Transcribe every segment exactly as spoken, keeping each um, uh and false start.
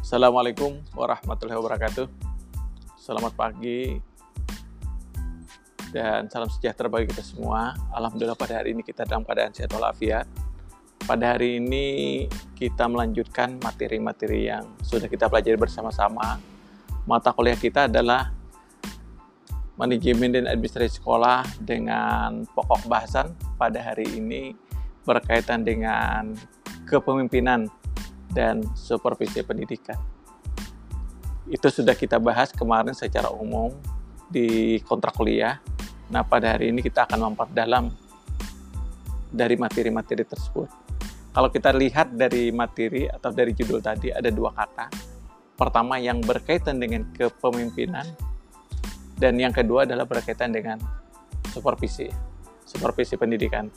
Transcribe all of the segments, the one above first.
Assalamualaikum warahmatullahi wabarakatuh. Selamat pagi dan salam sejahtera bagi kita semua. Alhamdulillah pada hari ini kita dalam keadaan sehat walafiat. Pada hari ini kita melanjutkan materi-materi yang sudah kita pelajari bersama-sama. Mata kuliah kita adalah Manajemen dan Administrasi Sekolah dengan pokok bahasan pada hari ini berkaitan dengan kepemimpinan dan supervisi pendidikan. Itu sudah kita bahas kemarin secara umum di kontrak kuliah. Nah, pada hari ini kita akan memperdalam dari materi-materi tersebut. Kalau kita lihat dari materi atau dari judul tadi, ada dua kata. Pertama yang berkaitan dengan kepemimpinan, dan yang kedua adalah berkaitan dengan supervisi, supervisi pendidikan.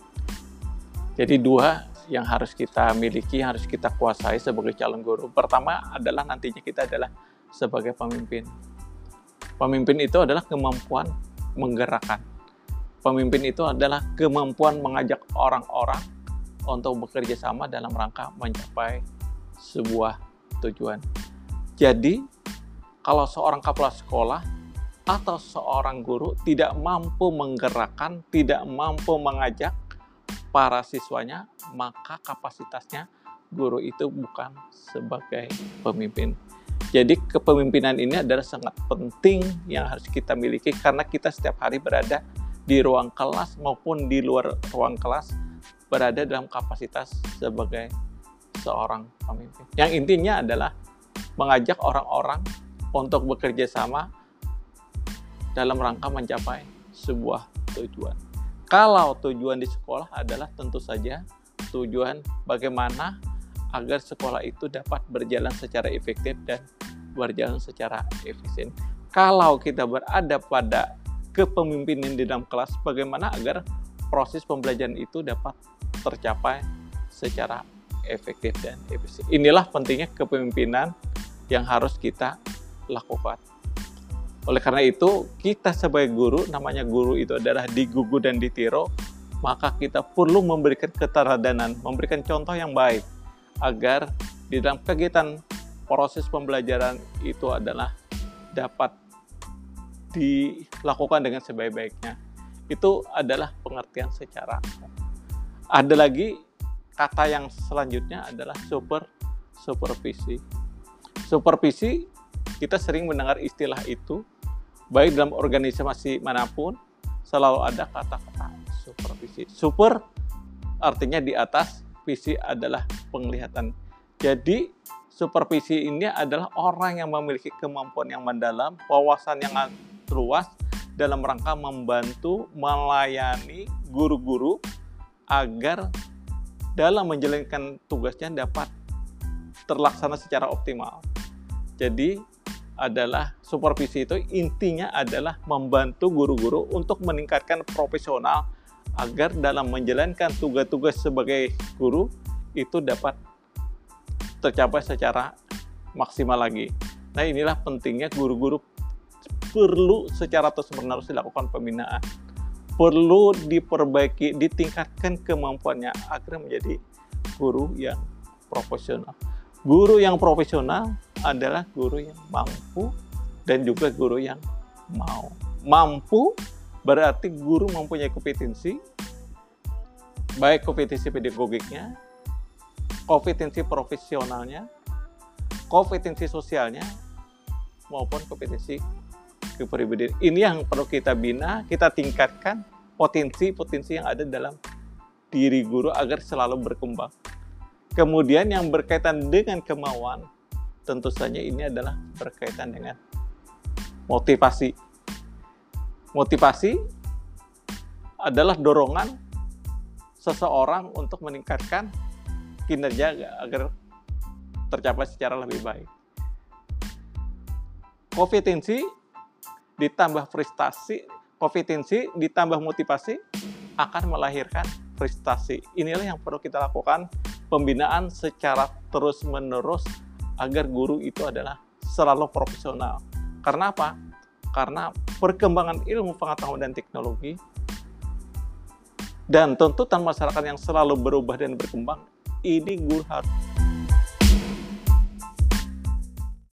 Jadi dua yang harus kita miliki, harus kita kuasai sebagai calon guru. Pertama adalah nantinya kita adalah sebagai pemimpin. Pemimpin itu adalah kemampuan menggerakkan. Pemimpin itu adalah kemampuan mengajak orang-orang untuk bekerja sama dalam rangka mencapai sebuah tujuan. Jadi, kalau seorang kepala sekolah atau seorang guru tidak mampu menggerakkan, tidak mampu mengajak para siswanya, maka kapasitasnya guru itu bukan sebagai pemimpin. Jadi kepemimpinan ini adalah sangat penting yang harus kita miliki karena kita setiap hari berada di ruang kelas maupun di luar ruang kelas, berada dalam kapasitas sebagai seorang pemimpin. Yang intinya adalah mengajak orang-orang untuk bekerja sama dalam rangka mencapai sebuah tujuan. Kalau tujuan di sekolah adalah tentu saja tujuan bagaimana agar sekolah itu dapat berjalan secara efektif dan berjalan secara efisien. Kalau kita berada pada kepemimpinan di dalam kelas, bagaimana agar proses pembelajaran itu dapat tercapai secara efektif dan efisien. Inilah pentingnya kepemimpinan yang harus kita lakukan. Oleh karena itu, kita sebagai guru, namanya guru itu adalah digugu dan ditiru, maka kita perlu memberikan keteladanan, memberikan contoh yang baik, agar di dalam kegiatan proses pembelajaran itu adalah dapat dilakukan dengan sebaik-baiknya. Itu adalah pengertian secara. Ada lagi kata yang selanjutnya adalah super, supervisi. Supervisi, kita sering mendengar istilah itu, baik dalam organisasi manapun, selalu ada kata-kata supervisi. Super artinya di atas, visi adalah penglihatan. Jadi, supervisi ini adalah orang yang memiliki kemampuan yang mendalam, wawasan yang luas, dalam rangka membantu, melayani guru-guru, agar dalam menjalankan tugasnya dapat terlaksana secara optimal. Jadi, adalah supervisi itu intinya adalah membantu guru-guru untuk meningkatkan profesional agar dalam menjalankan tugas-tugas sebagai guru itu dapat tercapai secara maksimal lagi. Nah, inilah pentingnya guru-guru perlu secara terus-menerus dilakukan pembinaan. Perlu diperbaiki, ditingkatkan kemampuannya agar menjadi guru yang profesional. Guru yang profesional adalah guru yang mampu dan juga guru yang mau. Mampu berarti guru mempunyai kompetensi, baik kompetensi pedagogiknya, kompetensi profesionalnya, kompetensi sosialnya, maupun kompetensi kepribadian. Ini yang perlu kita bina, kita tingkatkan potensi-potensi yang ada dalam diri guru agar selalu berkembang. Kemudian yang berkaitan dengan kemauan, tentu saja ini adalah berkaitan dengan motivasi. Motivasi adalah dorongan seseorang untuk meningkatkan kinerja agar tercapai secara lebih baik. Kompetensi ditambah prestasi, kompetensi ditambah motivasi akan melahirkan prestasi. Inilah yang perlu kita lakukan, pembinaan secara terus-menerus agar guru itu adalah selalu profesional. Karena apa? Karena perkembangan ilmu pengetahuan dan teknologi dan tuntutan masyarakat yang selalu berubah dan berkembang, ini guru harus